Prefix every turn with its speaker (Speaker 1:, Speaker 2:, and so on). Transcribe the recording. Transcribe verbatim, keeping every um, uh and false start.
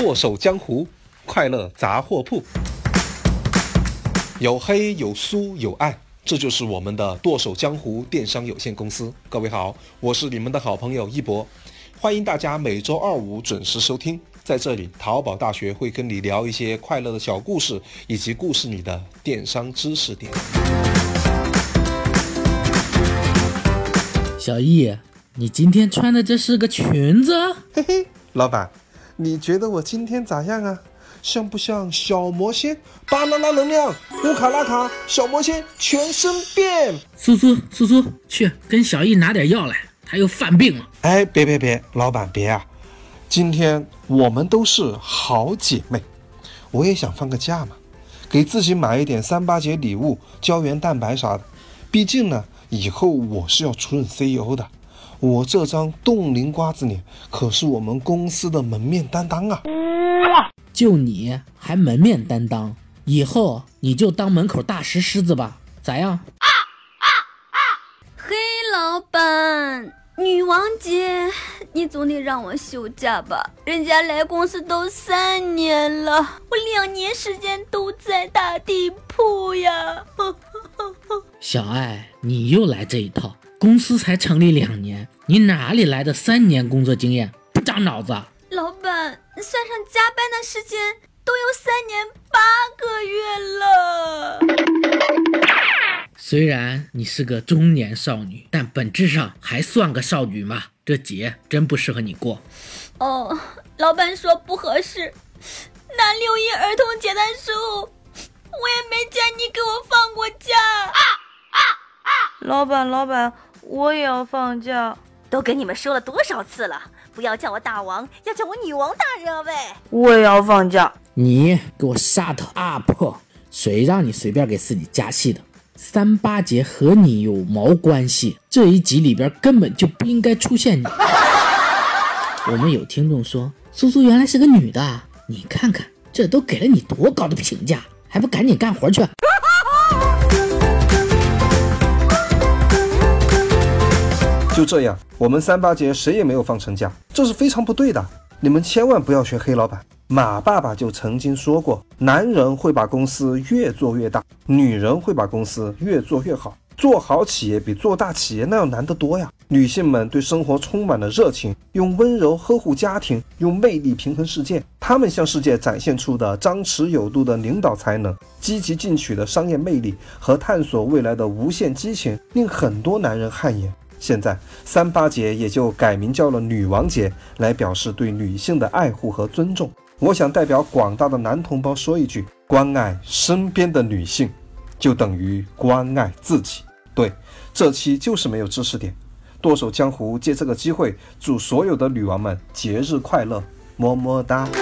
Speaker 1: 剁手江湖，快乐杂货铺。有黑有酥有爱，这就是我们的剁手江湖电商有限公司。各位好，我是你们的好朋友一博，欢迎大家每周二五准时收听。在这里，淘宝大学会跟你聊一些快乐的小故事，以及故事里的电商知识点。
Speaker 2: 小易，你今天穿的这是个裙子？
Speaker 1: 嘿嘿，老板，你觉得我今天咋样啊？像不像小魔仙？巴啦啦能量，乌卡拉卡，小魔仙全身变。
Speaker 2: 苏苏苏苏，去跟小易拿点药来，他又犯病了。
Speaker 1: 哎，别别别，老板别啊！今天我们都是好姐妹，我也想放个假嘛，给自己买一点三八节礼物，胶原蛋白啥的。毕竟呢，以后我是要出任 C E O 的，我这张冻龄瓜子脸可是我们公司的门面担当啊！
Speaker 2: 就你还门面担当，以后你就当门口大石狮子吧，咋样？啊啊
Speaker 3: 啊、黑老板，女王节你总得让我休假吧，人家来公司都三年了，我两年时间都在打地铺呀。
Speaker 2: 小爱，你又来这一套，公司才成立两年，你哪里来的三年工作经验？不长脑子。
Speaker 3: 老板，算上加班的时间都有三年八个月了。
Speaker 2: 虽然你是个中年少女，但本质上还算个少女嘛，这节真不适合你过。
Speaker 3: 哦，老板说不合适，那六一儿童节的时候我也没见你给我放过假。啊啊
Speaker 4: 啊、老板老板，我也要放假。
Speaker 5: 都跟你们说了多少次了，不要叫我大王，要叫我女王大人啊喂！
Speaker 4: 我也要放假。
Speaker 2: 你给我 shut up！ 谁让你随便给自己加戏的？三八节和你有毛关系？这一集里边根本就不应该出现你。我们有听众说，苏苏原来是个女的，你看看这都给了你多高的评价，还不赶紧干活去？
Speaker 1: 就这样，我们三八节谁也没有放成假，这是非常不对的。你们千万不要学黑老板。马爸爸就曾经说过，男人会把公司越做越大，女人会把公司越做越好。做好企业比做大企业那要难得多呀。女性们对生活充满了热情，用温柔呵护家庭，用魅力平衡世界。她们向世界展现出的张弛有度的领导才能，积极进取的商业魅力和探索未来的无限激情，令很多男人汗颜。现在三八节也就改名叫了女王节，来表示对女性的爱护和尊重。我想代表广大的男同胞说一句，关爱身边的女性就等于关爱自己。对，这期就是没有知识点。剁手江湖借这个机会祝所有的女王们节日快乐，么么哒。